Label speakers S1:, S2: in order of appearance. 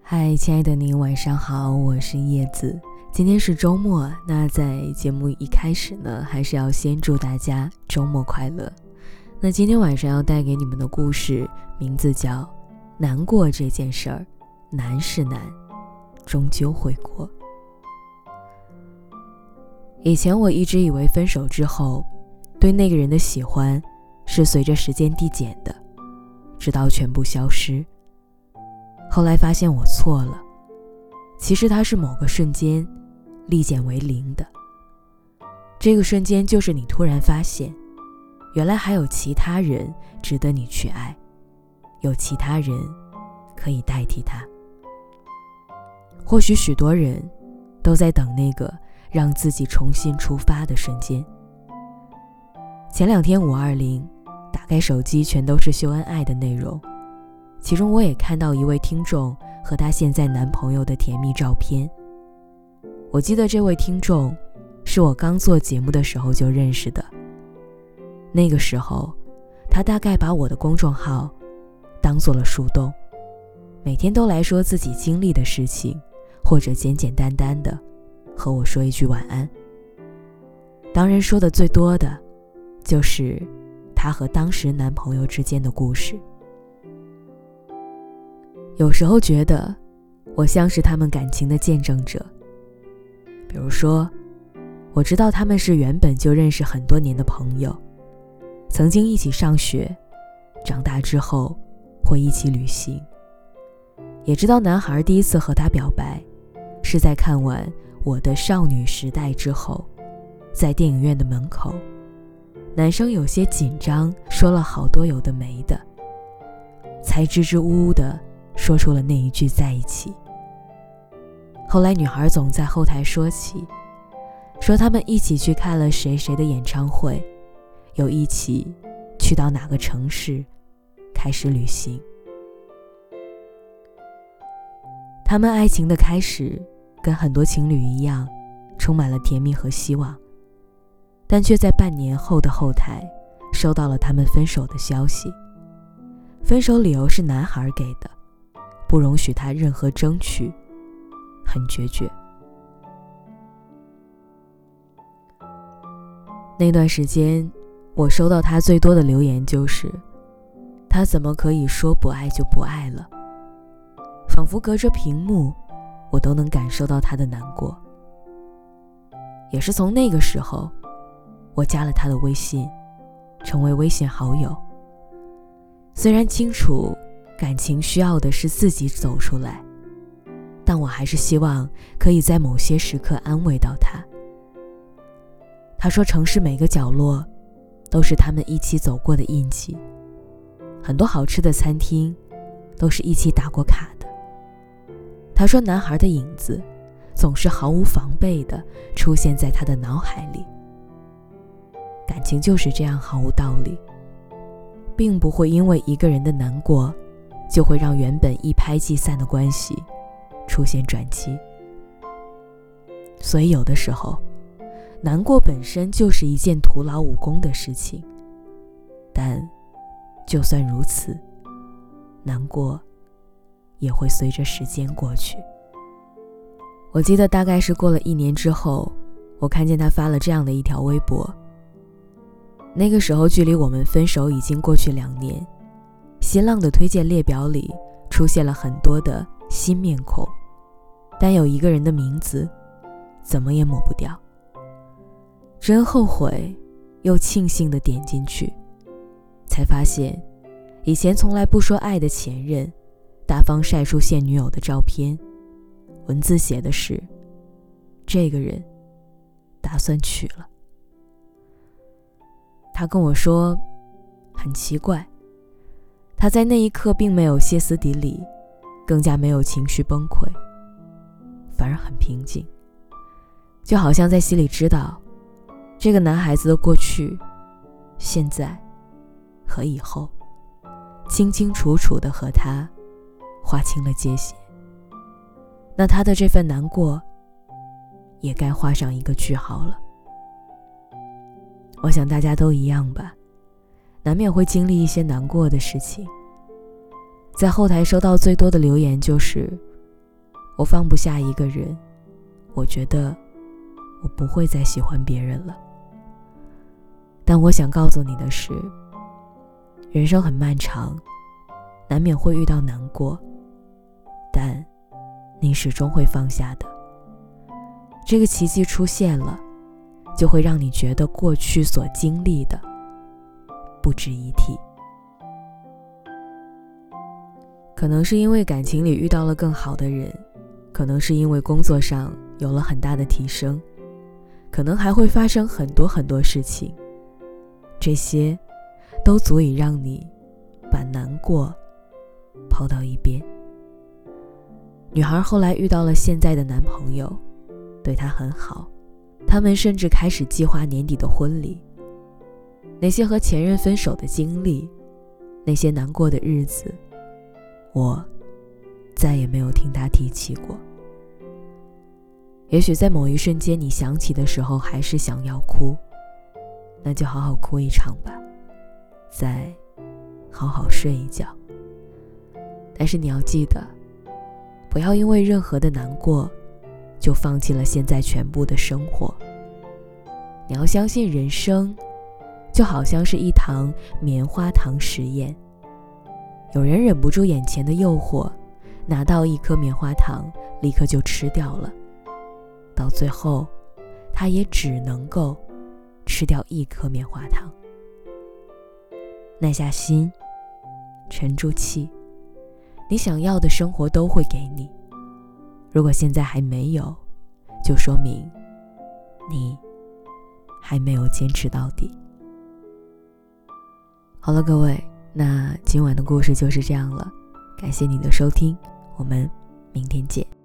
S1: 嗨，亲爱的您，晚上好，我是叶子。今天是周末，那在节目一开始呢，还是要先祝大家周末快乐。那今天晚上要带给你们的故事，名字叫《难过这件事儿，难是难，终究会过》。以前我一直以为分手之后，对那个人的喜欢是随着时间递减的，直到全部消失。后来发现我错了，其实它是某个瞬间立减为零的。这个瞬间就是你突然发现，原来还有其他人值得你去爱，有其他人可以代替他。或许许多人都在等那个让自己重新出发的瞬间。前2天520，打开手机全都是秀恩爱的内容，其中我也看到一位听众和她现在男朋友的甜蜜照片。我记得这位听众是我刚做节目的时候就认识的，那个时候他大概把我的公众号当做了树洞，每天都来说自己经历的事情，或者简简单单的和我说一句晚安。当然说的最多的就是她和当时男朋友之间的故事。有时候觉得我像是他们感情的见证者，比如说我知道他们是原本就认识很多年的朋友，曾经一起上学，长大之后会一起旅行，也知道男孩第一次和她表白是在看完我的少女时代之后，在电影院的门口，男生有些紧张，说了好多有的没的，才支支吾吾的说出了那一句在一起。后来女孩总在后台说起，说他们一起去看了谁谁的演唱会，又一起去到哪个城市开始旅行。他们爱情的开始跟很多情侣一样，充满了甜蜜和希望，但却在半年后的后台收到了他们分手的消息。分手理由是男孩给的，不容许他任何争取，很决绝。那段时间我收到他最多的留言就是他怎么可以说不爱就不爱了，仿佛隔着屏幕我都能感受到他的难过。也是从那个时候我加了他的微信，成为微信好友。虽然清楚感情需要的是自己走出来，但我还是希望可以在某些时刻安慰到他。他说城市每个角落都是他们一起走过的印记，很多好吃的餐厅都是一起打过卡的。他说男孩的影子总是毫无防备地出现在他的脑海里。感情就是这样毫无道理，并不会因为一个人的难过就会让原本一拍即散的关系出现转机。所以有的时候难过本身就是一件徒劳无功的事情，但就算如此，难过也会随着时间过去。我记得大概是过了1年之后，我看见他发了这样的一条微博。那个时候距离我们分手已经过去2年，新浪的推荐列表里出现了很多的新面孔，但有一个人的名字怎么也抹不掉。真后悔又庆幸地点进去，才发现以前从来不说爱的前任大方晒出现女友的照片，文字写的是这个人打算娶了。他跟我说很奇怪，他在那一刻并没有歇斯底里，更加没有情绪崩溃，反而很平静，就好像在心里知道这个男孩子的过去、现在和以后，清清楚楚地和他划清了界限。那他的这份难过也该画上一个句号了。我想大家都一样吧，难免会经历一些难过的事情。在后台收到最多的留言就是我放不下一个人，我觉得我不会再喜欢别人了。但我想告诉你的是，人生很漫长，难免会遇到难过，但你始终会放下的。这个奇迹出现了，就会让你觉得过去所经历的不值一提。可能是因为感情里遇到了更好的人，可能是因为工作上有了很大的提升，可能还会发生很多很多事情，这些都足以让你把难过抛到一边。女孩后来遇到了现在的男朋友，对她很好，他们甚至开始计划年底的婚礼。那些和前任分手的经历，那些难过的日子，我再也没有听他提起过。也许在某一瞬间你想起的时候还是想要哭，那就好好哭一场吧，再好好睡一觉。但是你要记得，不要因为任何的难过就放弃了现在全部的生活。你要相信人生就好像是一堂棉花糖实验，有人忍不住眼前的诱惑，拿到一颗棉花糖立刻就吃掉了，到最后他也只能够吃掉一颗棉花糖。耐下心，沉住气，你想要的生活都会给你。如果现在还没有，就说明你还没有坚持到底。好了，各位，那今晚的故事就是这样了，感谢你的收听，我们明天见。